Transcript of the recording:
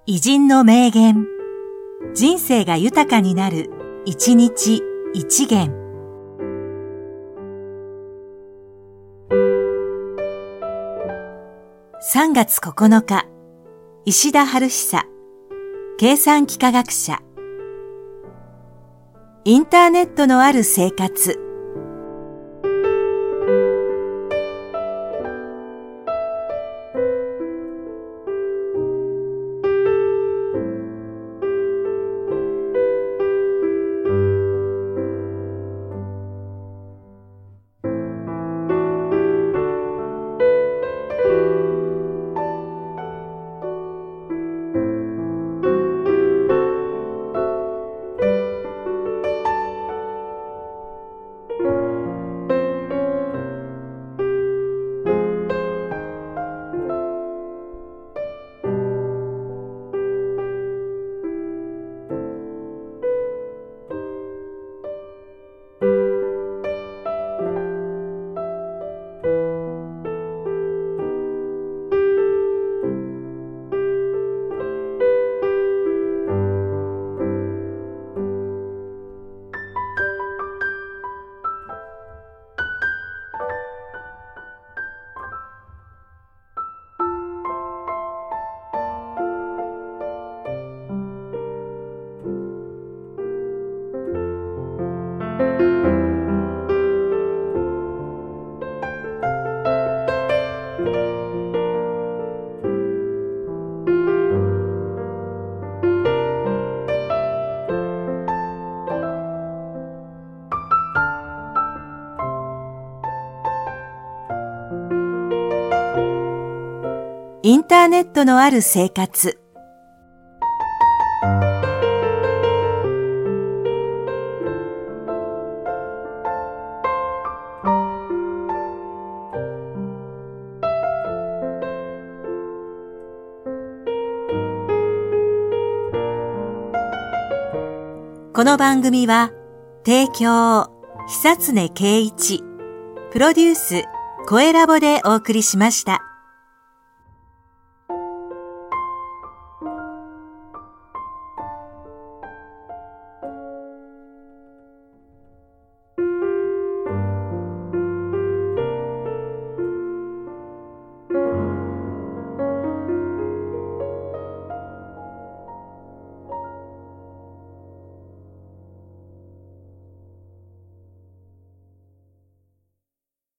偉人の名言。人生が豊かになる、一日一元。3月9日、石田晴久、計算機科学者。インターネットのある生活。インターネットのある生活。この番組は提供久常圭一、プロデュース声ラボでお送りしました。